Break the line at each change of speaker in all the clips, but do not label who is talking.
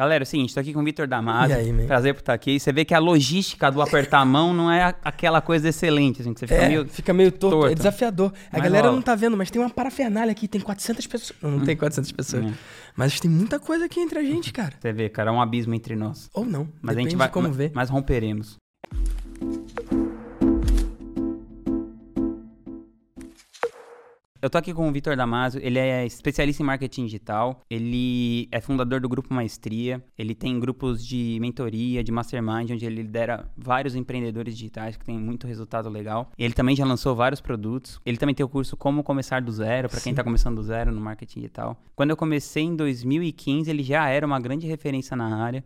Galera, é o seguinte, tô aqui com o Vitor Damasio.
E aí, man?
Prazer por estar aqui. Você vê que a logística do apertar a mão não é aquela coisa excelente, assim, que você
fica meio torto. É desafiador. A galera
rola.
Não tá vendo, mas tem uma parafernália aqui, tem 400 pessoas. Não tem 400 pessoas. Mas tem muita coisa aqui entre a gente, cara.
Você vê, cara, é um abismo entre nós.
Ou não,
mas
depende
a gente vai,
de como ver.
Mas romperemos. Eu tô aqui com o Vitor Damasio, ele é especialista em marketing digital, ele é fundador do Grupo Maestria, ele tem grupos de mentoria, de mastermind, onde ele lidera vários empreendedores digitais que têm muito resultado legal. Ele também já lançou vários produtos, ele também tem o curso Como Começar do Zero, para quem tá começando do zero no marketing digital. Quando eu comecei em 2015, ele já era uma grande referência na área.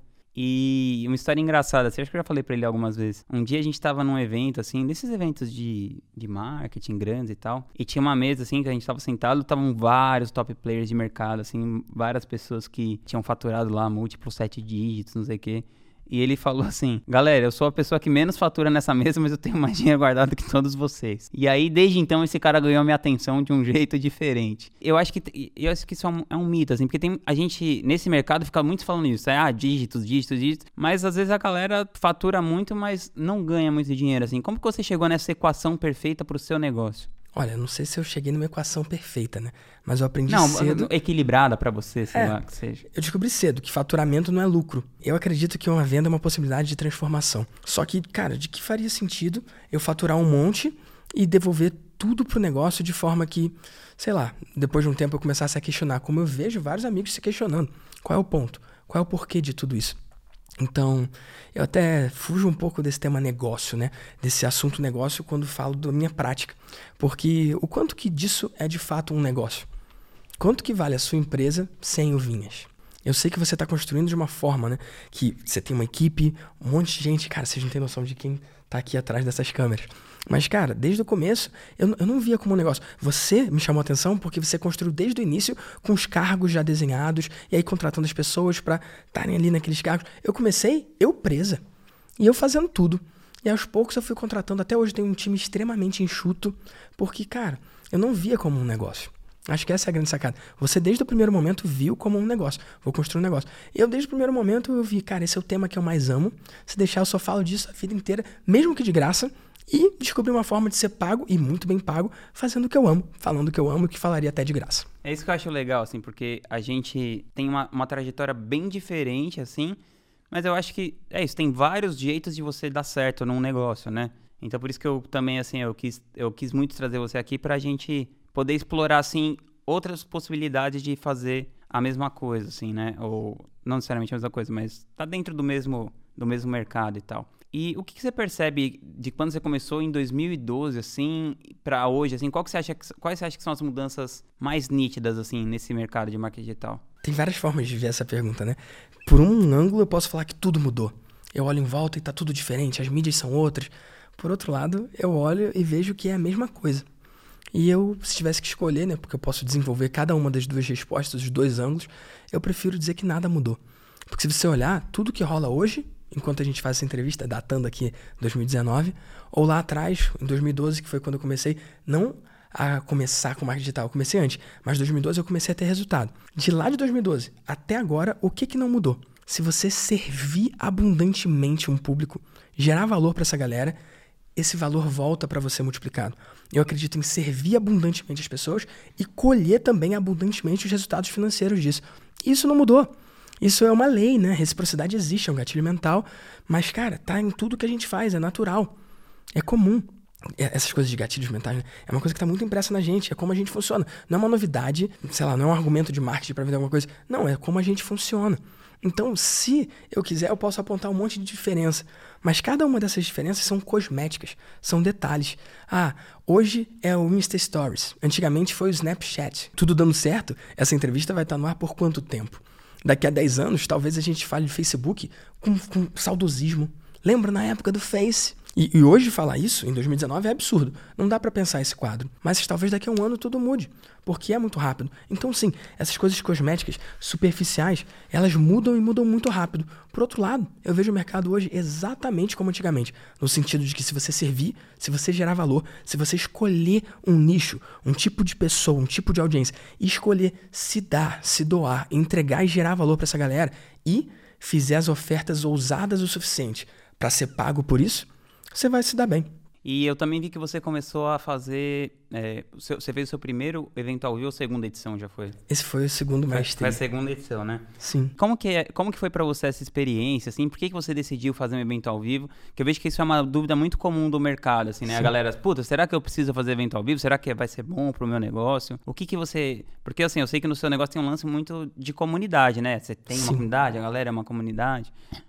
E uma história engraçada, assim, acho que eu já falei pra ele algumas vezes. Um dia a gente tava num evento, assim, desses eventos de marketing grandes e tal. E tinha uma mesa, assim, que a gente tava sentado, estavam vários top players de mercado, assim, várias pessoas que tinham faturado lá múltiplos 7 dígitos, não sei o quê. E ele falou assim, galera, eu sou a pessoa que menos fatura nessa mesa, mas eu tenho mais dinheiro guardado que todos vocês. E aí, desde então, esse cara ganhou a minha atenção de um jeito diferente. Eu acho que isso é um mito, assim, porque a gente, nesse mercado, fica muito falando isso. Dígitos, mas às vezes a galera fatura muito, mas não ganha muito dinheiro, assim. Como que você chegou nessa equação perfeita pro seu negócio?
Olha, eu não sei se eu cheguei numa equação perfeita, né? Mas eu aprendi cedo...
Não, equilibrada pra você, sei lá, que seja.
Eu descobri cedo que faturamento não é lucro. Eu acredito que uma venda é uma possibilidade de transformação. Só que, cara, de que faria sentido eu faturar um monte e devolver tudo pro negócio de forma que, sei lá, depois de um tempo eu começasse a questionar, como eu vejo vários amigos se questionando. Qual é o ponto? Qual é o porquê de tudo isso? Então, eu até fujo um pouco desse tema negócio, né? Desse assunto negócio quando falo da minha prática. Porque o quanto que disso é de fato um negócio? Quanto que vale a sua empresa sem o Vinhas? Eu sei que você está construindo de uma forma, né? Que você tem uma equipe, um monte de gente. Cara, vocês não têm noção de quem tá aqui atrás dessas câmeras. Mas, cara, desde o começo, eu não via como um negócio. Você me chamou a atenção porque você construiu desde o início com os cargos já desenhados e aí contratando as pessoas para estarem ali naqueles cargos. Eu comecei, presa. E eu fazendo tudo. E aos poucos eu fui contratando. Até hoje tem um time extremamente enxuto porque, cara, eu não via como um negócio. Acho que essa é a grande sacada. Você, desde o primeiro momento, viu como um negócio. Vou construir um negócio. Eu, desde o primeiro momento, eu vi, cara, esse é o tema que eu mais amo. Se deixar, eu só falo disso a vida inteira, mesmo que de graça. E descobri uma forma de ser pago, e muito bem pago, fazendo o que eu amo, falando o que eu amo e que falaria até de graça.
É isso que eu acho legal, assim, porque a gente tem uma trajetória bem diferente, assim, mas eu acho que é isso, tem vários jeitos de você dar certo num negócio, né? Então por isso que eu também, assim, eu quis muito trazer você aqui pra gente poder explorar, assim, outras possibilidades de fazer a mesma coisa, assim, né? Ou não necessariamente a mesma coisa, mas tá dentro do mesmo mercado e tal. E o que você percebe de quando você começou em 2012, assim, pra hoje, assim, quais você acha que são as mudanças mais nítidas, assim, nesse mercado de marketing digital?
Tem várias formas de ver essa pergunta, né? Por um ângulo, eu posso falar que tudo mudou. Eu olho em volta e tá tudo diferente, as mídias são outras. Por outro lado, eu olho e vejo que é a mesma coisa. E eu, se tivesse que escolher, né, porque eu posso desenvolver cada uma das duas respostas, os dois ângulos, eu prefiro dizer que nada mudou. Porque se você olhar, tudo que rola hoje, enquanto a gente faz essa entrevista, datando aqui 2019, ou lá atrás, em 2012, que foi quando eu comecei, não a começar com marketing digital, eu comecei antes, mas em 2012 eu comecei a ter resultado. De lá de 2012 até agora, o que não mudou? Se você servir abundantemente um público, gerar valor para essa galera, esse valor volta para você multiplicado. Eu acredito em servir abundantemente as pessoas e colher também abundantemente os resultados financeiros disso. Isso não mudou. Isso é uma lei, né? Reciprocidade existe, é um gatilho mental, mas, cara, tá em tudo que a gente faz, é natural, é comum. Essas coisas de gatilhos mentais, né? É uma coisa que tá muito impressa na gente, é como a gente funciona. Não é uma novidade, sei lá, não é um argumento de marketing para vender alguma coisa. Não, é como a gente funciona. Então, se eu quiser, eu posso apontar um monte de diferença. Mas cada uma dessas diferenças são cosméticas, são detalhes. Hoje é o Insta Stories. Antigamente foi o Snapchat. Tudo dando certo, essa entrevista vai estar no ar por quanto tempo? Daqui a 10 anos, talvez a gente fale de Facebook com saudosismo. Lembra na época do Face? E hoje falar isso, em 2019, é absurdo. Não dá pra pensar esse quadro. Mas talvez daqui a um ano tudo mude, porque é muito rápido. Então sim, essas coisas cosméticas, superficiais, elas mudam e mudam muito rápido. Por outro lado, eu vejo o mercado hoje exatamente como antigamente. No sentido de que se você servir, se você gerar valor, se você escolher um nicho, um tipo de pessoa, um tipo de audiência, e escolher se dar, se doar, entregar e gerar valor pra essa galera, e fizer as ofertas ousadas o suficiente para ser pago por isso, você vai se dar bem.
E eu também vi que você começou a fazer... você fez o seu primeiro evento ao vivo ou segunda edição já foi?
Esse foi o segundo maestria.
Foi a segunda edição, né?
Sim.
Como que foi pra você essa experiência, assim? Por que você decidiu fazer um evento ao vivo? Porque eu vejo que isso é uma dúvida muito comum do mercado, assim, né? Sim. A galera, puta, será que eu preciso fazer evento ao vivo? Será que vai ser bom pro meu negócio? O que você... Porque, assim, eu sei que no seu negócio tem um lance muito de comunidade, né? Você tem uma comunidade, a galera é uma comunidade...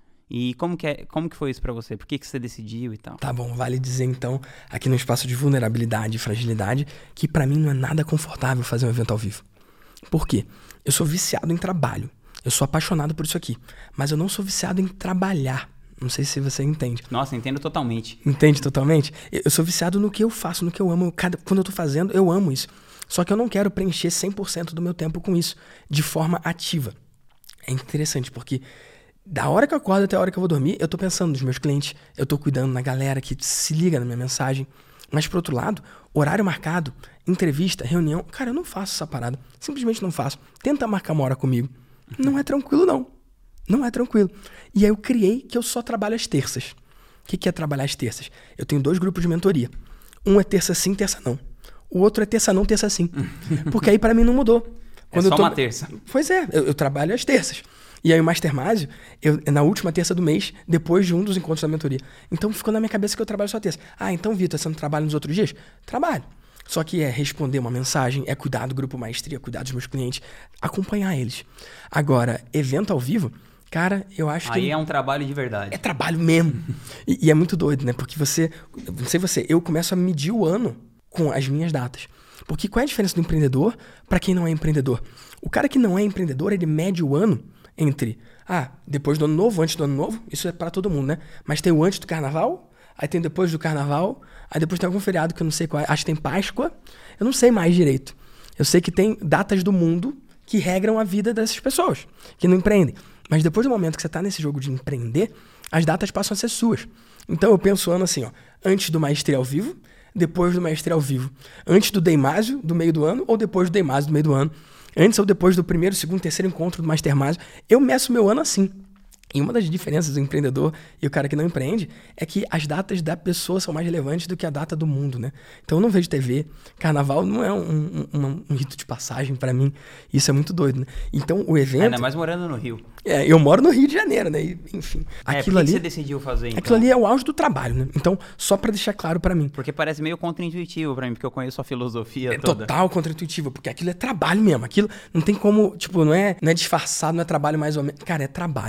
E como que foi isso pra você? Por que você decidiu e tal?
Tá bom, vale dizer então, aqui no espaço de vulnerabilidade e fragilidade, que pra mim não é nada confortável fazer um evento ao vivo. Por quê? Eu sou viciado em trabalho. Eu sou apaixonado por isso aqui. Mas eu não sou viciado em trabalhar. Não sei se você entende.
Nossa, entendo totalmente.
Entende totalmente? Eu sou viciado no que eu faço, no que eu amo. Quando eu tô fazendo, eu amo isso. Só que eu não quero preencher 100% do meu tempo com isso, de forma ativa. É interessante, porque... da hora que eu acordo até a hora que eu vou dormir, eu tô pensando nos meus clientes, eu tô cuidando na galera que se liga na minha mensagem. Mas, por outro lado, horário marcado, entrevista, reunião... cara, eu não faço essa parada. Simplesmente não faço. Tenta marcar uma hora comigo. Não é tranquilo, não. Não é tranquilo. E aí eu criei que eu só trabalho às terças. O que é trabalhar às terças? Eu tenho 2 grupos de mentoria. Um é terça sim, terça não. O outro é terça não, terça sim. Porque aí pra mim não mudou.
Quando uma terça.
Pois é, eu trabalho às terças. E aí o Mastermind, na última terça do mês, depois de um dos encontros da mentoria. Então ficou na minha cabeça que eu trabalho só terça. Ah, então, Vitor, você não trabalha nos outros dias? Trabalho. Só que é responder uma mensagem, é cuidar do grupo Maestria, cuidar dos meus clientes, acompanhar eles. Agora, evento ao vivo, cara, eu acho que...
aí é um trabalho de verdade.
É trabalho mesmo. E é muito doido, né? Porque não sei você, eu começo a medir o ano com as minhas datas. Porque qual é a diferença do empreendedor para quem não é empreendedor? O cara que não é empreendedor, ele mede o ano entre, depois do ano novo, antes do ano novo, isso é para todo mundo, né? Mas tem o antes do carnaval, aí tem depois do carnaval, aí depois tem algum feriado que eu não sei qual é, acho que tem Páscoa, eu não sei mais direito. Eu sei que tem datas do mundo que regram a vida dessas pessoas, que não empreendem. Mas depois do momento que você tá nesse jogo de empreender, as datas passam a ser suas. Então eu penso o ano assim, antes do Maestria ao vivo, depois do Maestria ao vivo. Antes do Deimásio, do meio do ano, ou depois do Deimásio, do meio do ano. Antes ou depois do primeiro, segundo, terceiro encontro do Mastermind, eu meço meu ano assim. E uma das diferenças do empreendedor e o cara que não empreende é que as datas da pessoa são mais relevantes do que a data do mundo, né? Então eu não vejo TV. Carnaval não é um rito de passagem pra mim. Isso é muito doido, né? Então o evento...
ainda mais morando no Rio.
Eu moro no Rio de Janeiro, né? E, enfim.
Por que você decidiu fazer, então?
Aquilo ali é o auge do trabalho, né? Então, só pra deixar claro pra mim.
Porque parece meio contra-intuitivo pra mim, porque eu conheço a filosofia toda.
Total contra-intuitivo, porque aquilo é trabalho mesmo. Aquilo não tem como, não é disfarçado, não é trabalho mais ou menos. Cara, é trabalho.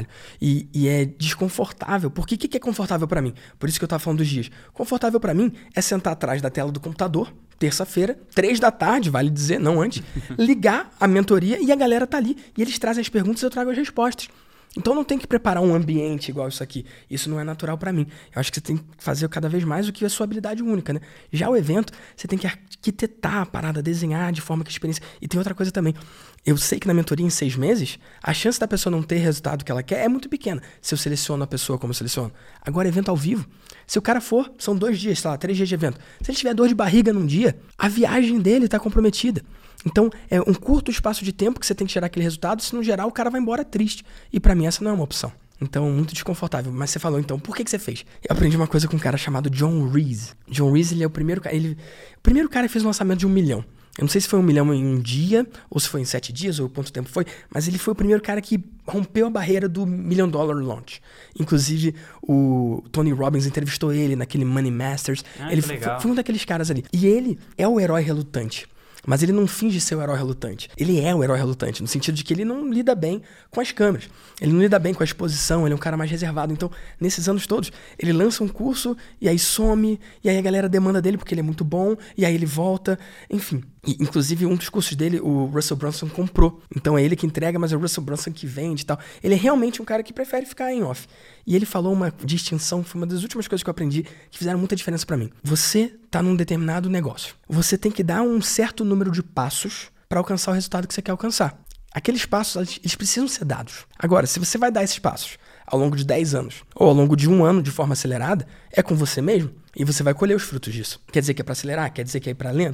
E é desconfortável. Por que é confortável pra mim? Por isso que eu tava falando dos dias. Confortável pra mim é sentar atrás da tela do computador, terça-feira, 3 da tarde, vale dizer, não antes, ligar a mentoria e a galera tá ali. E eles trazem as perguntas e eu trago as respostas. Então não tem que preparar um ambiente igual isso aqui. Isso não é natural pra mim. Eu acho que você tem que fazer cada vez mais o que é sua habilidade única, né? Já o evento, você tem que arquitetar a parada, desenhar de forma que a experiência... E tem outra coisa também. Eu sei que na mentoria em 6 meses, a chance da pessoa não ter o resultado que ela quer é muito pequena. Se eu seleciono a pessoa como eu seleciono. Agora, evento ao vivo. Se o cara for, são 2 dias, 3 dias de evento. Se ele tiver dor de barriga num dia, a viagem dele tá comprometida. Então, é um curto espaço de tempo que você tem que gerar aquele resultado. Se não gerar, o cara vai embora triste. E pra mim, essa não é uma opção. Então, muito desconfortável. Mas você falou, então, por que você fez? Eu aprendi uma coisa com um cara chamado John Reese. John Reese, ele é o primeiro cara... O primeiro cara que fez um lançamento de 1 milhão. Eu não sei se foi 1 milhão em um dia, ou se foi em 7 dias, ou quanto tempo foi. Mas ele foi o primeiro cara que rompeu a barreira do $1 million launch. Inclusive, o Tony Robbins entrevistou ele naquele Money Masters. Ele foi um daqueles caras ali. E ele é o herói relutante. Mas ele não finge ser o herói relutante. Ele é o herói relutante, no sentido de que ele não lida bem com as câmeras. Ele não lida bem com a exposição, ele é um cara mais reservado. Então, nesses anos todos, ele lança um curso e aí some, e aí a galera demanda dele porque ele é muito bom, e aí ele volta, enfim. E, inclusive, um dos cursos dele, o Russell Brunson comprou. Então é ele que entrega, mas é o Russell Brunson que vende e tal. Ele é realmente um cara que prefere ficar em off. E ele falou uma distinção, foi uma das últimas coisas que eu aprendi, que fizeram muita diferença pra mim. Você tá num determinado negócio. Você tem que dar um certo número de passos para alcançar o resultado que você quer alcançar. Aqueles passos, eles precisam ser dados. Agora, se você vai dar esses passos ao longo de 10 anos, ou ao longo de 1 ano de forma acelerada, é com você mesmo, e você vai colher os frutos disso. Quer dizer que é para acelerar? Quer dizer que é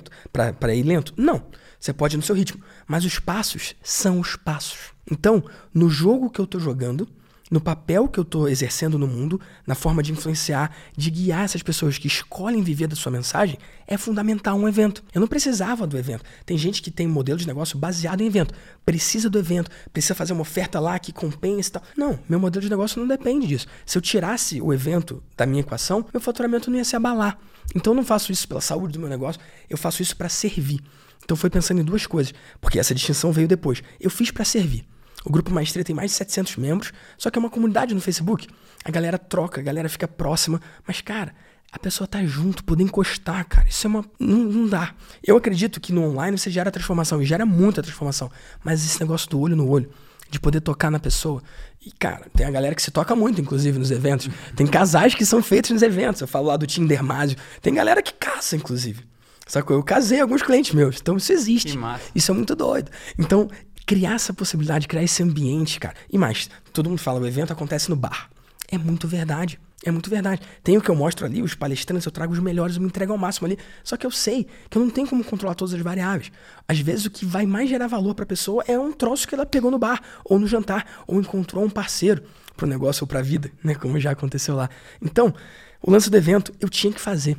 para ir lento? Não. Você pode ir no seu ritmo. Mas os passos são os passos. Então, no jogo que eu tô jogando, no papel que eu tô exercendo no mundo, na forma de influenciar, de guiar essas pessoas que escolhem viver da sua mensagem, é fundamental um evento. Eu não precisava do evento. Tem gente que tem modelo de negócio baseado em evento. Precisa do evento, precisa fazer uma oferta lá que compense e tal. Não, meu modelo de negócio não depende disso. Se eu tirasse o evento da minha equação, meu faturamento não ia se abalar. Então eu não faço isso pela saúde do meu negócio, eu faço isso para servir. Então foi pensando em duas coisas, porque essa distinção veio depois. Eu fiz para servir. O Grupo Maestria tem mais de 700 membros, só que é uma comunidade no Facebook. A galera troca, a galera fica próxima, mas, cara, a pessoa tá junto, poder encostar, cara, isso é uma... Não dá. Eu acredito que no online você gera transformação, e gera muita transformação, mas esse negócio do olho no olho, de poder tocar na pessoa. E, cara, tem a galera que se toca muito, inclusive, nos eventos. Tem casais que são feitos nos eventos. Eu falo lá do Tinder Másio. Tem galera que caça, inclusive. Sacou? Eu casei alguns clientes meus. Então, isso existe. Isso é muito doido. Então, criar essa possibilidade, criar esse ambiente, cara. E mais, todo mundo fala, o evento acontece no bar. É muito verdade. É muito verdade. Tem o que eu mostro ali, os palestrantes, eu trago os melhores, eu me entrego ao máximo ali. Só que eu sei que eu não tenho como controlar todas as variáveis. Às vezes o que vai mais gerar valor pra pessoa é um troço que ela pegou no bar, ou no jantar, ou encontrou um parceiro pro negócio ou pra vida, né? Como já aconteceu lá. Então, o lance do evento, eu tinha que fazer.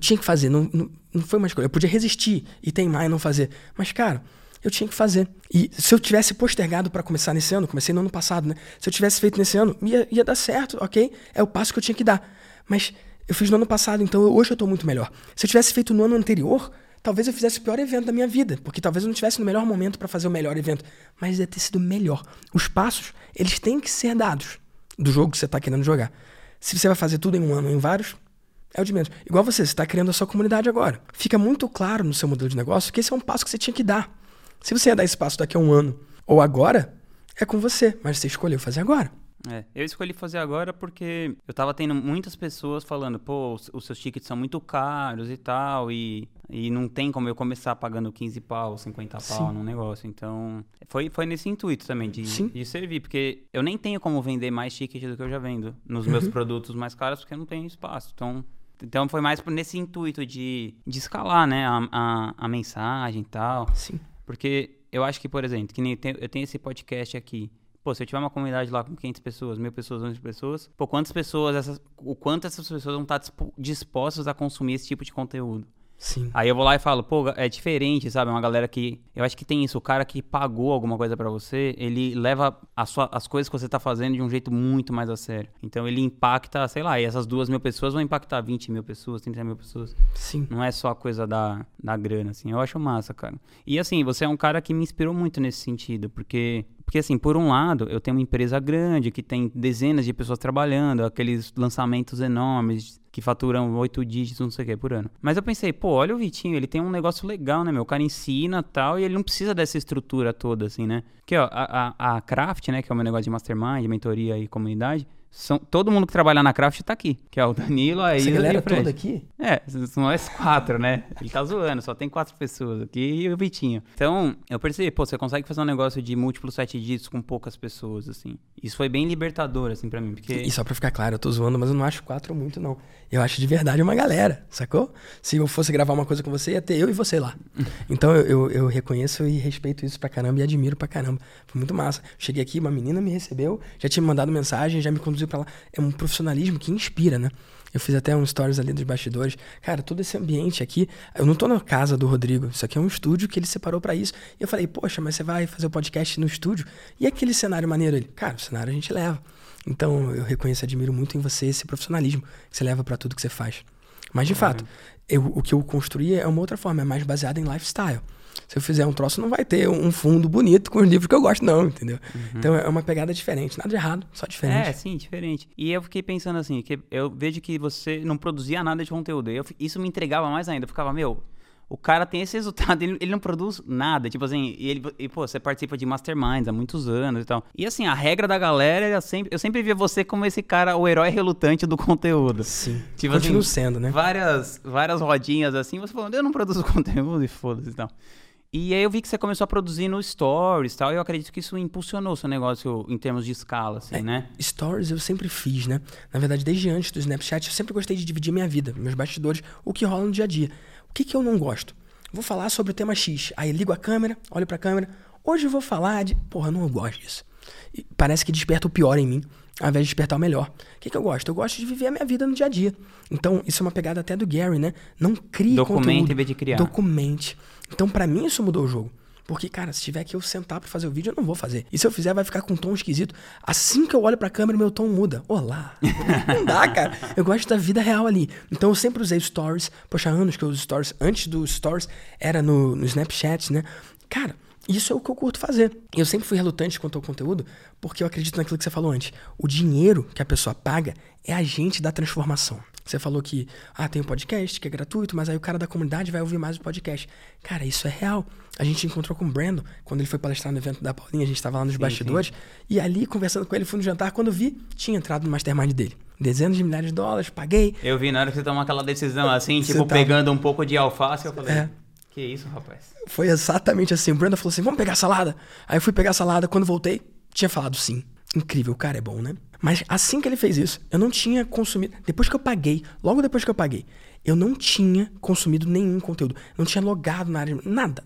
Não foi uma escolha. Eu podia resistir e teimar e não fazer. Mas, cara, eu tinha que fazer. E se eu tivesse postergado para começar nesse ano, comecei no ano passado, né? Se eu tivesse feito nesse ano, ia dar certo, ok? É o passo que eu tinha que dar. Mas eu fiz no ano passado, então hoje eu tô muito melhor. Se eu tivesse feito no ano anterior, talvez eu fizesse o pior evento da minha vida, porque talvez eu não estivesse no melhor momento para fazer o melhor evento. Mas ia ter sido melhor. Os passos, eles têm que ser dados do jogo que você tá querendo jogar. Se você vai fazer tudo em um ano ou em vários, é o de menos. Igual você está criando a sua comunidade agora. Fica muito claro no seu modelo de negócio que esse é um passo que você tinha que dar. Se você ia dar esse passo daqui a um ano ou agora, é com você. Mas você escolheu fazer agora.
Eu escolhi fazer agora porque eu tava tendo muitas pessoas falando, pô, os seus tickets são muito caros e tal, e não tem como eu começar pagando 15 pau, 50 pau num negócio. Então, foi nesse intuito também de servir, porque eu nem tenho como vender mais tickets do que eu já vendo nos meus produtos mais caros, porque eu não tenho espaço. Então foi mais nesse intuito de escalar, né, a mensagem e tal.
Sim.
Porque eu acho que, por exemplo, que nem eu tenho esse podcast aqui. Pô, se eu tiver uma comunidade lá com 500 pessoas, 1.000 pessoas, 11 pessoas, pô, o quanto essas pessoas vão estar dispostas a consumir esse tipo de conteúdo?
Sim.
Aí eu vou lá e falo, pô, é diferente, sabe? É uma galera que... Eu acho que tem isso. O cara que pagou alguma coisa pra você, ele leva as coisas que você tá fazendo de um jeito muito mais a sério. Então ele impacta, sei lá, e essas 2.000 pessoas vão impactar 20.000 pessoas, 30.000 pessoas.
Sim.
Não é só a coisa da grana, assim. Eu acho massa, cara. E assim, você é um cara que me inspirou muito nesse sentido, porque assim, por um lado, eu tenho uma empresa grande que tem dezenas de pessoas trabalhando, aqueles lançamentos enormes que faturam 8 dígitos, não sei o que, por ano. Mas eu pensei, pô, olha o Vitinho, ele tem um negócio legal, né, meu? O cara ensina e tal, e ele não precisa dessa estrutura toda, assim, né? Porque, ó, a Craft, né, que é o meu negócio de mastermind, mentoria e comunidade, todo mundo que trabalha na Craft tá aqui, que é o Danilo, a Isa e o Fred.
Essa galera toda aqui?
São nós 4, né? Ele tá zoando, só tem 4 pessoas aqui e o Vitinho. Então, eu percebi, pô, você consegue fazer um negócio de múltiplos 7 dígitos com poucas pessoas, assim. Isso foi bem libertador, assim, pra mim, porque...
E só pra ficar claro, eu tô zoando, mas eu não acho 4 muito, não. Eu acho de verdade uma galera, sacou? Se eu fosse gravar uma coisa com você, ia ter eu e você lá. Então, eu reconheço e respeito isso pra caramba e admiro pra caramba. Foi muito massa. Cheguei aqui, uma menina me recebeu, já tinha me mandado mensagem, já me conduziu pra lá. É um profissionalismo que inspira, né? Eu fiz até um stories ali dos bastidores. Cara, todo esse ambiente aqui... Eu não tô na casa do Rodrigo. Isso aqui é um estúdio que ele separou pra isso. E eu falei, poxa, mas você vai fazer o podcast no estúdio? E aquele cenário maneiro ali? Cara, o cenário a gente leva. Então, eu reconheço e admiro muito em você esse profissionalismo que você leva pra tudo que você faz. Mas, de fato, o que eu construí é uma outra forma. É mais baseado em lifestyle. Se eu fizer um troço, não vai ter um fundo bonito com os livros que eu gosto, não, entendeu? Então é uma pegada diferente. Nada de errado, só diferente.
Sim, diferente. E eu fiquei pensando assim, que eu vejo que você não produzia nada de conteúdo. Isso me entregava mais ainda. Eu ficava, o cara tem esse resultado, ele não produz nada. Tipo assim, pô, você participa de masterminds há muitos anos e tal. E assim, a regra da galera, eu sempre via você como esse cara, o herói relutante do conteúdo.
Sim,
tipo
continua
assim,
sendo, né?
Várias rodinhas assim, você falando, eu não produzo conteúdo e foda-se e tal. E aí eu vi que você começou a produzir no Stories e tal, e eu acredito que isso impulsionou o seu negócio em termos de escala, assim, né?
Stories eu sempre fiz, né? Na verdade, desde antes do Snapchat, eu sempre gostei de dividir minha vida, meus bastidores, o que rola no dia a dia. O que eu não gosto? Vou falar sobre o tema X. Aí ligo a câmera, olho pra câmera. Hoje eu vou falar de... Porra, eu não gosto disso. E parece que desperta o pior em mim. ao invés de despertar o melhor. O que eu gosto? Eu gosto de viver a minha vida no dia a dia. Então, isso é uma pegada até do Gary, né? Não crie
Documente em vez de criar.
Documente. Então, pra mim, isso mudou o jogo. Porque, cara, se tiver que eu sentar pra fazer o vídeo, eu não vou fazer. E se eu fizer, vai ficar com um tom esquisito. Assim que eu olho pra câmera, meu tom muda. Olá. Não dá, cara. Eu gosto da vida real ali. Então, eu sempre usei stories. Poxa, anos que eu uso stories. Antes dos stories, era no Snapchat, né? Cara, isso é o que eu curto fazer. Eu sempre fui relutante quanto ao conteúdo, porque eu acredito naquilo que você falou antes. O dinheiro que a pessoa paga é agente da transformação. Você falou que, tem um podcast que é gratuito, mas aí o cara da comunidade vai ouvir mais o podcast. Cara, isso é real. A gente encontrou com o Brandon, quando ele foi palestrar no evento da Paulinha, a gente estava lá nos bastidores, sim. E ali, conversando com ele, fui no jantar, quando eu vi, tinha entrado no mastermind dele. Dezenas de milhares de dólares, paguei.
Eu vi na hora que você tomou aquela decisão assim, tipo, pegando um pouco de alface, eu falei... Que isso, rapaz?
Foi exatamente assim. O Brandon falou assim, vamos pegar salada? Aí eu fui pegar salada, quando voltei, tinha falado sim. Incrível, o cara é bom, né? Mas assim que ele fez isso, eu não tinha consumido... Depois que eu paguei, logo depois que eu paguei, eu não tinha consumido nenhum conteúdo. Não tinha logado na área, nada.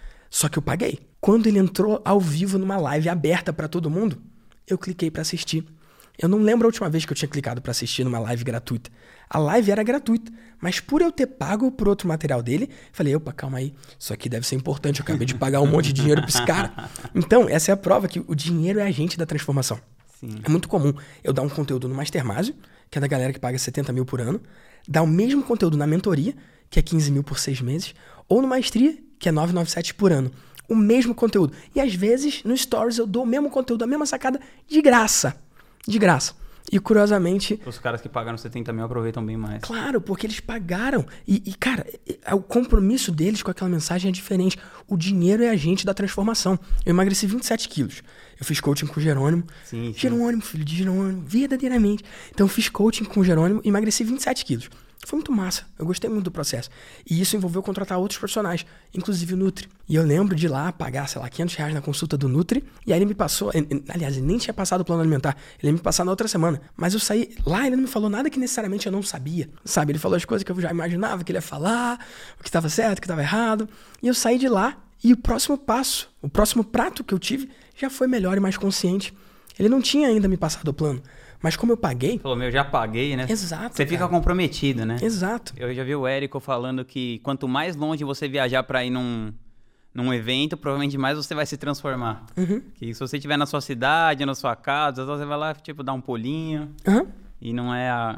Só que eu paguei. Quando ele entrou ao vivo numa live aberta pra todo mundo, eu cliquei pra assistir. Eu não lembro a última vez que eu tinha clicado pra assistir numa live gratuita. A live era gratuita, mas por eu ter pago por outro material dele, falei, opa, calma aí, isso aqui deve ser importante, eu acabei de pagar um monte de dinheiro pra esse cara. Então, essa é a prova que o dinheiro é agente da transformação. Sim. É muito comum eu dar um conteúdo no Mastermind, que é da galera que paga 70 mil por ano, dar o mesmo conteúdo na mentoria, que é 15 mil por 6 meses, ou no Maestria, que é 997 por ano. O mesmo conteúdo. E às vezes, no Stories, eu dou o mesmo conteúdo, a mesma sacada, de graça. De graça. E curiosamente...
Os caras que pagaram 70 mil aproveitam bem mais.
Claro, porque eles pagaram. E cara, o compromisso deles com aquela mensagem é diferente. O dinheiro é agente da transformação. Eu emagreci 27 quilos. Eu fiz coaching com o Jerônimo. Sim. Jerônimo, filho de Jerônimo, verdadeiramente. Então eu fiz coaching com o Jerônimo e emagreci 27 quilos. Foi muito massa. Eu gostei muito do processo. E isso envolveu contratar outros profissionais, inclusive o Nutri. E eu lembro de ir lá pagar, sei lá, R$500 na consulta do Nutri. E aí ele me passou... Aliás, ele nem tinha passado o plano alimentar. Ele ia me passar na outra semana. Mas eu saí... Lá ele não me falou nada que necessariamente eu não sabia. Sabe? Ele falou as coisas que eu já imaginava que ele ia falar, o que estava certo, o que estava errado. E eu saí de lá e o próximo passo, o próximo prato que eu tive já foi melhor e mais consciente. Ele não tinha ainda me passado o plano. Mas como eu paguei...
Falou, já paguei, né?
Exato,
Você fica comprometido, né?
Exato.
Eu já vi o Érico falando que quanto mais longe você viajar pra ir num evento, provavelmente mais você vai se transformar. Uhum. Que se você estiver na sua cidade, na sua casa, você vai lá, tipo, dar um pulinho. Uhum. E não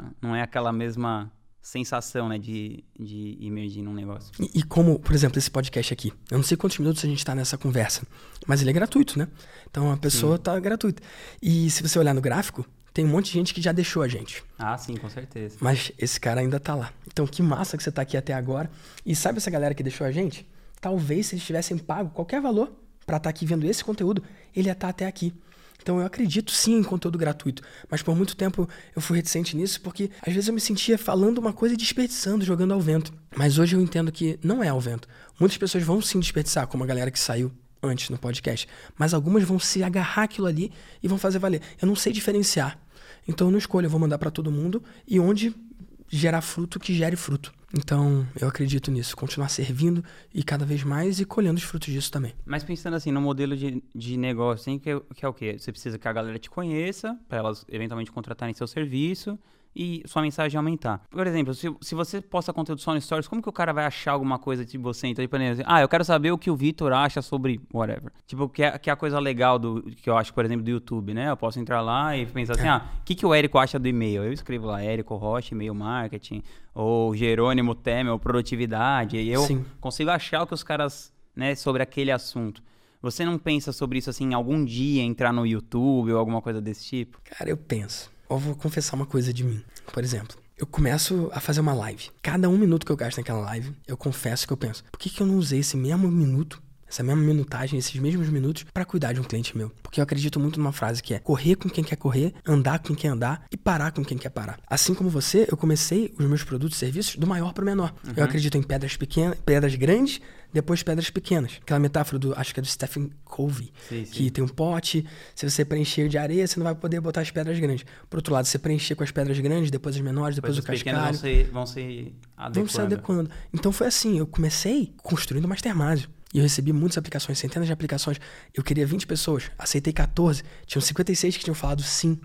é aquela mesma sensação, né, de imergir num negócio.
E como, por exemplo, esse podcast aqui. Eu não sei quantos minutos a gente tá nessa conversa, mas ele é gratuito, né? Então a pessoa tá gratuita. E se você olhar no gráfico... Tem um monte de gente que já deixou a gente.
Ah, sim, com certeza.
Mas esse cara ainda tá lá. Então, que massa que você tá aqui até agora. E sabe essa galera que deixou a gente? Talvez se eles tivessem pago qualquer valor pra estar aqui vendo esse conteúdo, ele ia estar até aqui. Então, eu acredito sim em conteúdo gratuito. Mas por muito tempo eu fui reticente nisso, porque às vezes eu me sentia falando uma coisa e desperdiçando, jogando ao vento. Mas hoje eu entendo que não é ao vento. Muitas pessoas vão sim desperdiçar, como a galera que saiu antes no podcast, mas algumas vão se agarrar aquilo ali e vão fazer valer. Eu não sei diferenciar, então eu não escolho, eu vou mandar para todo mundo e onde gerar fruto, que gere fruto. Então eu acredito nisso, continuar servindo e cada vez mais e colhendo os frutos disso também.
Mas pensando assim, no modelo de negócio, assim, que é o quê? Você precisa que a galera te conheça, para elas eventualmente contratarem seu serviço e sua mensagem aumentar. Por exemplo, se você posta conteúdo só no Stories, como que o cara vai achar alguma coisa de você? Então, por exemplo, eu quero saber o que o Vitor acha sobre whatever. Tipo, que é a coisa legal que eu acho, por exemplo, do YouTube, né? Eu posso entrar lá e pensar assim, o que o Érico acha do e-mail? Eu escrevo lá, Érico Rocha, e-mail marketing, ou Jerônimo Temel, produtividade, e eu consigo achar o que os caras, né, sobre aquele assunto. Você não pensa sobre isso, assim, algum dia entrar no YouTube ou alguma coisa desse tipo?
Cara, eu penso. Eu vou confessar uma coisa de mim. Por exemplo, eu começo a fazer uma live. Cada 1 minuto que eu gasto naquela live, eu confesso que eu penso, por que eu não usei esse mesmo minuto, essa mesma minutagem, esses mesmos minutos pra cuidar de um cliente meu? Porque eu acredito muito numa frase que é correr com quem quer correr, andar com quem quer andar e parar com quem quer parar. Assim como você, eu comecei os meus produtos e serviços do maior pro menor. Uhum. Eu acredito em pedras pequenas, pedras grandes, depois pedras pequenas. Aquela metáfora acho que é do Stephen Covey, que tem um pote, se você preencher de areia, você não vai poder botar as pedras grandes. Por outro lado, se você preencher com as pedras grandes, depois as menores, depois o cascalho.
Vão se
adequando. Então foi assim, eu comecei construindo o Mastermind. E eu recebi muitas aplicações, centenas de aplicações. Eu queria 20 pessoas, aceitei 14, tinham 56 que tinham falado sim.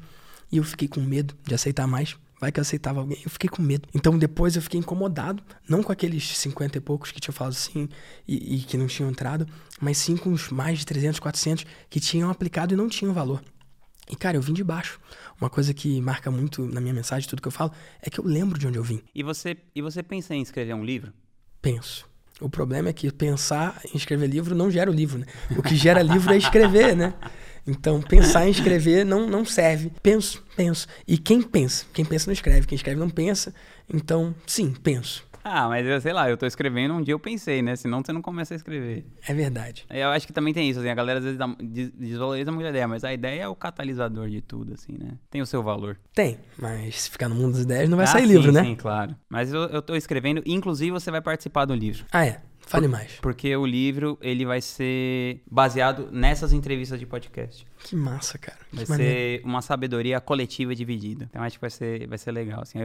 E eu fiquei com medo de aceitar mais. Vai que eu aceitava alguém, eu fiquei com medo. Então depois eu fiquei incomodado, não com aqueles 50 e poucos que tinham falado sim e que não tinham entrado, mas sim com os mais de 300, 400 que tinham aplicado e não tinham valor. E cara, eu vim de baixo. Uma coisa que marca muito na minha mensagem, tudo que eu falo, é que eu lembro de onde eu vim.
E você pensa em escrever um livro?
Penso. O problema é que pensar em escrever livro não gera o livro, né? O que gera livro é escrever, né? Então, pensar em escrever não serve. Penso. E quem pensa? Quem pensa não escreve. Quem escreve não pensa. Então, sim, penso.
Ah, mas eu sei lá, eu tô escrevendo um dia eu pensei, né? Senão você não começa a escrever.
É verdade.
Eu acho que também tem isso, assim, a galera às vezes desvaloriza muito a ideia, mas a ideia é o catalisador de tudo, assim, né? Tem o seu valor.
Tem, mas se ficar no mundo das ideias não vai sair livro, né?
Sim, claro. Mas eu tô escrevendo, inclusive você vai participar do livro.
Ah, é? Fale mais.
Porque o livro, ele vai ser baseado nessas entrevistas de podcast.
Que massa, cara.
Vai ser uma sabedoria coletiva dividida. Então acho que vai ser legal, assim.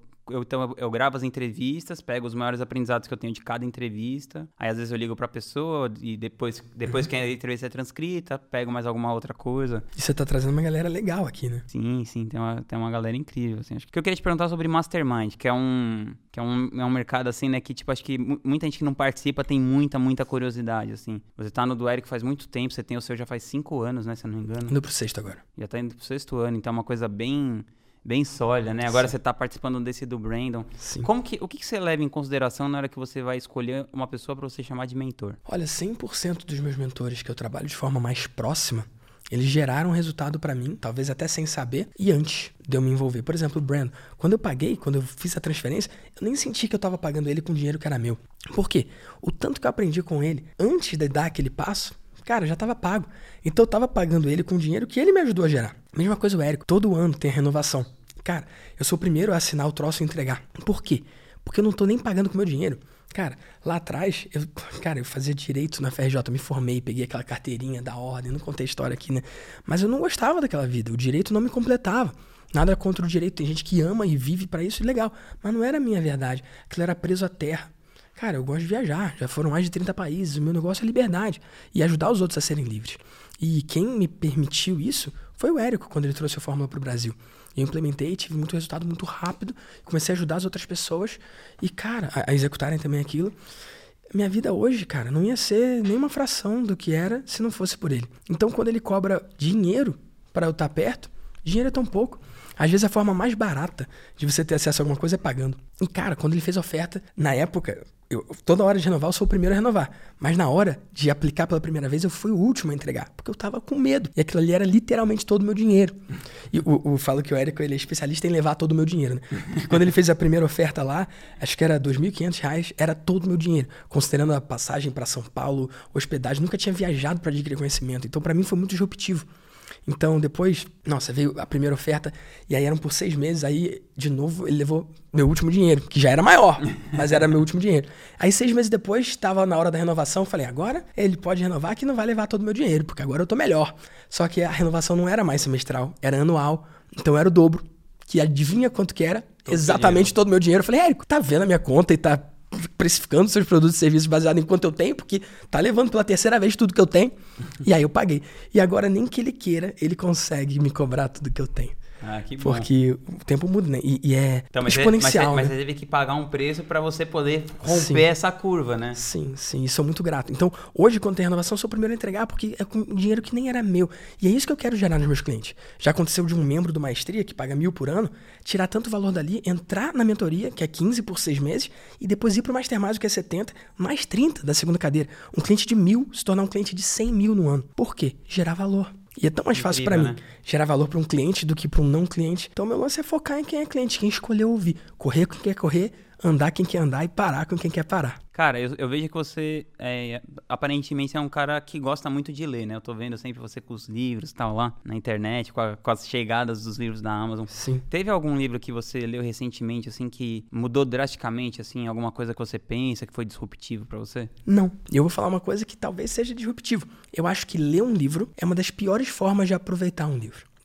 Eu gravo as entrevistas, pego os maiores aprendizados que eu tenho de cada entrevista. Aí, às vezes, eu ligo pra pessoa e depois que a entrevista é transcrita, pego mais alguma outra coisa.
E você tá trazendo uma galera legal aqui, né?
Sim, tem uma galera incrível, assim. Acho que eu queria te perguntar sobre Mastermind, que é um mercado, assim, né, que, tipo, acho que muita gente que não participa tem muita curiosidade, assim. Você tá no do Érico faz muito tempo, você tem o seu já faz 5 anos, né, se eu não me engano.
Indo pro 6º agora.
Já tá indo pro 6º ano, então é uma coisa bem sólida, né? Agora você tá participando desse do Brandon.
Sim.
O que você leva em consideração na hora que você vai escolher uma pessoa pra você chamar de mentor?
Olha, 100% dos meus mentores que eu trabalho de forma mais próxima, eles geraram resultado pra mim, talvez até sem saber, e antes de eu me envolver. Por exemplo, o Brandon. Quando eu fiz a transferência, eu nem senti que eu tava pagando ele com dinheiro que era meu. Por quê? O tanto que eu aprendi com ele, antes de dar aquele passo, cara, já estava pago. Então eu estava pagando ele com dinheiro que ele me ajudou a gerar. Mesma coisa o Érico. Todo ano tem a renovação. Cara, eu sou o primeiro a assinar o troço e entregar. Por quê? Porque eu não tô nem pagando com meu dinheiro. Cara, lá atrás, eu fazia direito na FRJ, me formei, peguei aquela carteirinha da ordem, não contei a história aqui, né? Mas eu não gostava daquela vida, o direito não me completava. Nada contra o direito, tem gente que ama e vive pra isso, legal. Mas não era a minha verdade, aquilo era preso à terra. Cara, eu gosto de viajar, já foram mais de 30 países, o meu negócio é liberdade e ajudar os outros a serem livres. E quem me permitiu isso foi o Érico, quando ele trouxe a fórmula pro Brasil. Eu implementei, tive muito resultado muito rápido, comecei a ajudar as outras pessoas e, cara, a executarem também aquilo. Minha vida hoje, cara, não ia ser nenhuma fração do que era se não fosse por ele. Então, quando ele cobra dinheiro para eu estar perto, dinheiro é tão pouco. Às vezes a forma mais barata de você ter acesso a alguma coisa é pagando. E, cara, quando ele fez a oferta, na época, toda hora de renovar, eu sou o primeiro a renovar. Mas na hora de aplicar pela primeira vez, eu fui o último a entregar. Porque eu tava com medo. E aquilo ali era literalmente todo o meu dinheiro. E eu falo que o Érico, ele é especialista em levar todo o meu dinheiro, né? Porque quando ele fez a primeira oferta lá, acho que era R$2.500, era todo o meu dinheiro. Considerando a passagem para São Paulo, hospedagem, nunca tinha viajado para adquirir conhecimento. Então, para mim, foi muito disruptivo. Então, depois, veio a primeira oferta, e aí eram por 6 meses, aí, de novo, ele levou meu último dinheiro, que já era maior, mas era meu último dinheiro. Aí, 6 meses depois, estava na hora da renovação, eu falei, agora ele pode renovar que não vai levar todo o meu dinheiro, porque agora eu tô melhor. Só que a renovação não era mais semestral, era anual, então era o dobro, que adivinha quanto que era? Exatamente todo o meu dinheiro. Eu falei, Érico, tá vendo a minha conta e tá precificando seus produtos e serviços baseado em quanto eu tenho, porque tá levando pela terceira vez tudo que eu tenho. E aí eu paguei. E agora, nem que ele queira, ele consegue me cobrar tudo que eu tenho.
Ah, que bom.
Porque o tempo muda, né? E é
então,
exponencial,
mas
né?
você teve que pagar um preço para você poder romper
Sim.
essa curva, né?
Sim, e sou muito grato. Então, hoje, quando tem renovação, eu sou o primeiro a entregar, porque é com dinheiro que nem era meu. E é isso que eu quero gerar nos meus clientes. Já aconteceu de um membro do Maestria, que paga 1.000 por ano, tirar tanto valor dali, entrar na mentoria, que é 15 por 6 meses, e depois ir pro Mastermind, que é 70, mais 30 da segunda cadeira. Um cliente de 1.000 se tornar um cliente de 100 mil no ano. Por quê? Gerar valor. E é tão mais fácil para mim gerar valor para um cliente do que para um não cliente. Então, meu lance é focar em quem é cliente, quem escolheu ouvir. Correr com quem quer correr, andar quem quer andar e parar com quem quer parar.
Cara, eu vejo que você, aparentemente, é um cara que gosta muito de ler, né? Eu tô vendo sempre você com os livros e tal lá na internet, com as chegadas dos livros da Amazon.
Sim.
Teve algum livro que você leu recentemente, assim, que mudou drasticamente, assim, alguma coisa que você pensa que foi disruptivo pra você?
Não. Eu vou falar uma coisa que talvez seja disruptivo. Eu acho que ler um livro é uma das piores formas de aproveitar um livro.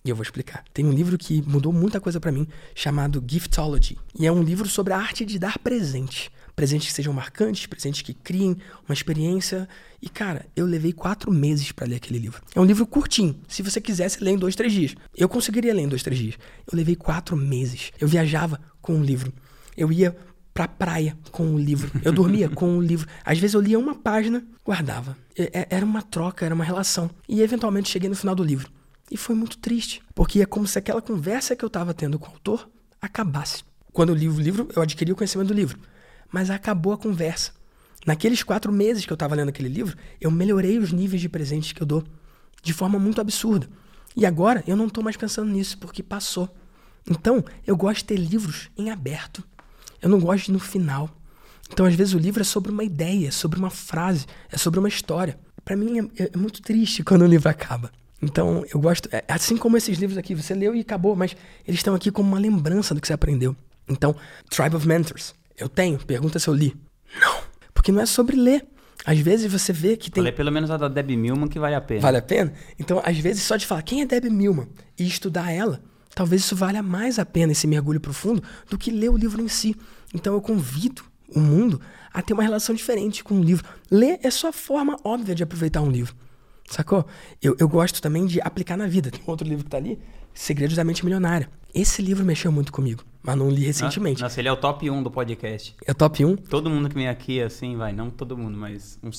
E eu vou explicar. Tem um livro que mudou muita coisa pra mim, chamado Giftology. E é um livro sobre a arte de dar presentes. Presentes que sejam marcantes, presentes que criem uma experiência. E, cara, eu levei 4 meses pra ler aquele livro. É um livro curtinho. Se você quisesse ler em 2, 3 dias. Eu conseguiria ler em 2, 3 dias. Eu levei 4 meses. Eu viajava com um livro. Eu ia pra praia com um livro. Eu dormia com um livro. Às vezes eu lia uma página, guardava. Era uma troca, era uma relação. E, eventualmente, cheguei no final do livro. E foi muito triste. Porque é como se aquela conversa que eu tava tendo com o autor acabasse. Quando eu li o livro, eu adquiri o conhecimento do livro. Mas acabou a conversa. Naqueles 4 meses que eu estava lendo aquele livro, eu melhorei os níveis de presentes que eu dou de forma muito absurda. E agora eu não estou mais pensando nisso, porque passou. Então, eu gosto de ter livros em aberto. Eu não gosto de no final. Então, às vezes, o livro é sobre uma ideia, é sobre uma frase, é sobre uma história. Para mim, é muito triste quando o livro acaba. Então, eu gosto... assim como esses livros aqui, você leu e acabou, mas eles estão aqui como uma lembrança do que você aprendeu. Então, Tribe of Mentors. Eu tenho. Pergunta se eu li. Não. Porque não é sobre ler. Às vezes você vê que tem...
Lê pelo menos a da Debbie Millman que vale a pena.
Vale a pena? Então, às vezes, só de falar quem é Debbie Millman e estudar ela, talvez isso valha mais a pena, esse mergulho profundo, do que ler o livro em si. Então, eu convido o mundo a ter uma relação diferente com o livro. Ler é só a forma óbvia de aproveitar um livro. Sacou? Eu gosto também de aplicar na vida. Tem outro livro que tá ali, Segredos da Mente Milionária. Esse livro mexeu muito comigo, mas não li recentemente.
Nossa, ele é o top 1 do podcast.
É o top 1?
Todo mundo que vem aqui, assim, não todo mundo, mas uns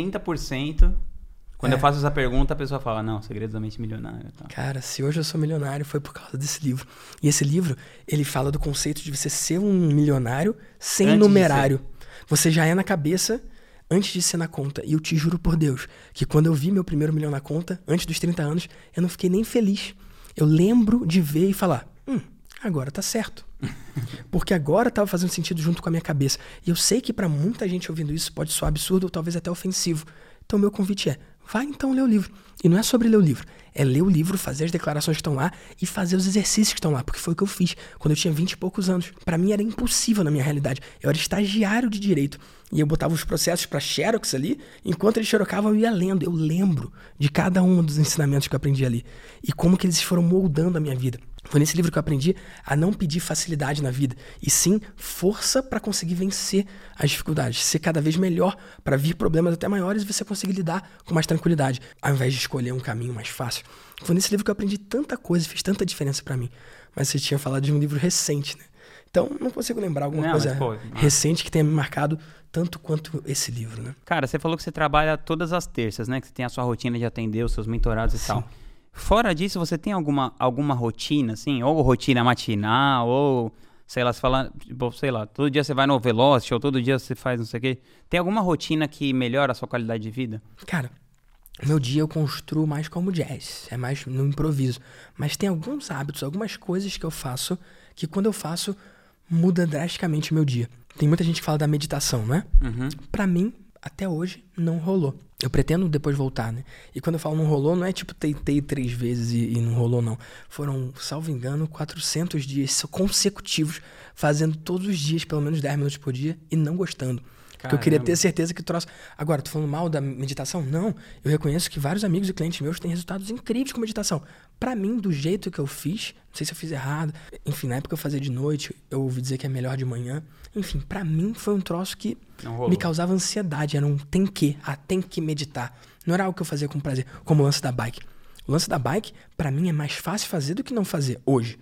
70%, quando eu faço essa pergunta, a pessoa fala, não, Segredos da Mente Milionária. Tá.
Cara, se hoje eu sou milionário, foi por causa desse livro. E esse livro, ele fala do conceito de você ser um milionário sem numerário. Você já é na cabeça antes de ser na conta. E eu te juro por Deus, que quando eu vi meu primeiro milhão na conta, antes dos 30 anos, eu não fiquei nem feliz. Eu lembro de ver e falar, agora tá certo. Porque agora tava fazendo sentido junto com a minha cabeça. E eu sei que pra muita gente ouvindo isso pode soar absurdo ou talvez até ofensivo. Então meu convite é, vai então ler o livro. E não é sobre ler o livro, é ler o livro, fazer as declarações que estão lá e fazer os exercícios que estão lá, porque foi o que eu fiz quando eu tinha 20 e poucos anos. Pra mim era impossível na minha realidade. Eu era estagiário de direito e eu botava os processos pra xerox ali, enquanto eles xerocavam eu ia lendo. Eu lembro de cada um dos ensinamentos que eu aprendi ali e como que eles foram moldando a minha vida. Foi nesse livro que eu aprendi a não pedir facilidade na vida, e sim força para conseguir vencer as dificuldades, ser cada vez melhor para vir problemas até maiores e você conseguir lidar com mais tranquilidade, ao invés de escolher um caminho mais fácil. Foi nesse livro que eu aprendi tanta coisa, fez tanta diferença para mim. Mas você tinha falado de um livro recente, né? Então, não consigo lembrar alguma coisa recente que tenha me marcado tanto quanto esse livro, né?
Cara, você falou que você trabalha todas as terças, né? Que você tem a sua rotina de atender os seus mentorados e tal. Fora disso, você tem alguma rotina, assim? Ou rotina matinal, ou, sei lá, você fala, tipo, sei lá, todo dia você vai no Velocity, ou todo dia você faz não sei o quê. Tem alguma rotina que melhora a sua qualidade de vida?
Cara, meu dia eu construo mais como jazz, é mais no improviso. Mas tem alguns hábitos, algumas coisas que eu faço, que quando eu faço, muda drasticamente o meu dia. Tem muita gente que fala da meditação, né? Pra mim, até hoje, não rolou. Eu pretendo depois voltar, né? E quando eu falo não rolou, não é tipo tentei 3 vezes e não rolou, não. Foram, salvo engano, 400 dias consecutivos, fazendo todos os dias, pelo menos 10 minutos por dia, e não gostando. Porque eu queria ter certeza que o troço... Agora, tô falando mal da meditação? Não. Eu reconheço que vários amigos e clientes meus têm resultados incríveis com meditação. Pra mim, do jeito que eu fiz, não sei se eu fiz errado. Enfim, na época eu fazia de noite, eu ouvi dizer que é melhor de manhã. Enfim, pra mim foi um troço que me causava ansiedade. Era um tem que meditar. Não era algo que eu fazia com prazer, como o lance da bike. O lance da bike, pra mim, é mais fácil fazer do que não fazer hoje.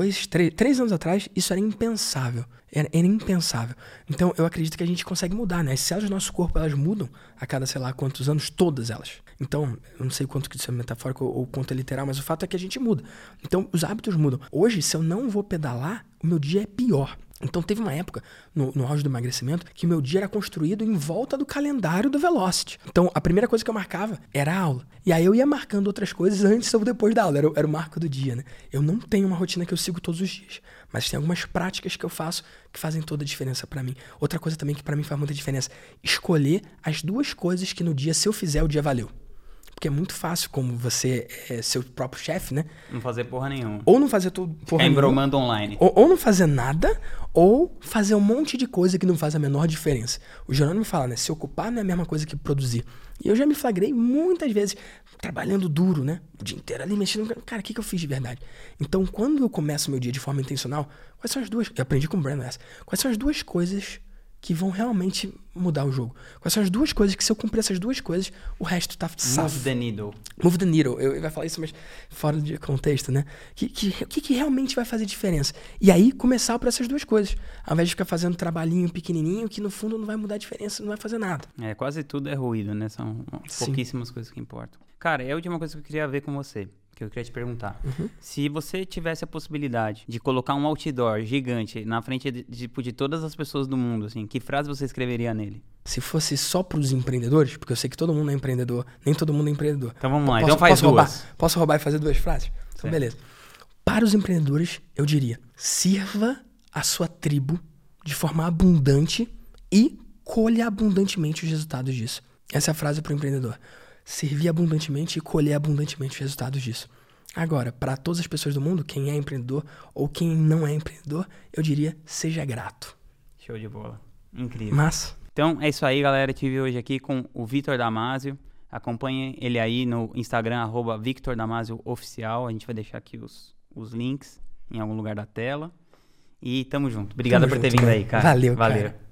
3 anos atrás, isso era impensável. Era impensável. Então, eu acredito que a gente consegue mudar, né? As células do nosso corpo, elas mudam a cada, sei lá, quantos anos, todas elas. Então, eu não sei quanto que isso é metafórico ou quanto é literal, mas o fato é que a gente muda. Então, os hábitos mudam. Hoje, se eu não vou pedalar, o meu dia é pior. Então teve uma época, no auge do emagrecimento, que meu dia era construído em volta do calendário do Velocity. Então a primeira coisa que eu marcava era a aula. E aí eu ia marcando outras coisas antes ou depois da aula. Era o marco do dia, né? Eu não tenho uma rotina que eu sigo todos os dias. Mas tem algumas práticas que eu faço que fazem toda a diferença pra mim. Outra coisa também que pra mim faz muita diferença. Escolher as 2 coisas que no dia, se eu fizer, o dia valeu. Porque é muito fácil como você é seu próprio chefe, né?
Não fazer porra nenhuma.
Ou não fazer tudo porra nenhuma.
Embromando online.
Ou não fazer nada, ou fazer um monte de coisa que não faz a menor diferença. O Jerônimo fala, né? Se ocupar não é a mesma coisa que produzir. E eu já me flagrei muitas vezes trabalhando duro, né? O dia inteiro ali mexendo. Cara, o que eu fiz de verdade? Então, quando eu começo meu dia de forma intencional, quais são as duas... Eu aprendi com o Brandon essa. Quais são as duas coisas que vão realmente mudar o jogo? Quais são as duas coisas que, se eu cumprir essas duas coisas, o resto tá safo?
Move the needle.
Move the needle. Eu ia falar isso, mas fora de contexto, né? O que realmente vai fazer diferença? E aí, começar por essas duas coisas. Ao invés de ficar fazendo trabalhinho pequenininho, que no fundo não vai mudar a diferença, não vai fazer nada.
Quase tudo é ruído, né? São pouquíssimas coisas que importam. Cara, é a última coisa que eu queria ver com você, que eu queria te perguntar. Se você tivesse a possibilidade de colocar um outdoor gigante na frente de todas as pessoas do mundo, assim, que frase você escreveria nele?
Se fosse só pros empreendedores, porque eu sei que todo mundo é empreendedor, nem todo mundo é empreendedor.
Então vamos lá, então faz duas.
Posso roubar e fazer duas frases? Então beleza. Para os empreendedores, eu diria, sirva a sua tribo de forma abundante e colha abundantemente os resultados disso. Essa é a frase para o empreendedor. Servir abundantemente e colher abundantemente os resultados disso. Agora, para todas as pessoas do mundo, quem é empreendedor ou quem não é empreendedor, eu diria, seja grato.
Show de bola. Incrível.
Massa.
Então, é isso aí, galera. Eu estive hoje aqui com o Victor Damasio. Acompanhem ele aí no Instagram, @VictorDamasioOficial. A gente vai deixar aqui os links em algum lugar da tela. E tamo junto. Obrigado por ter vindo aí, cara.
Valeu. Cara.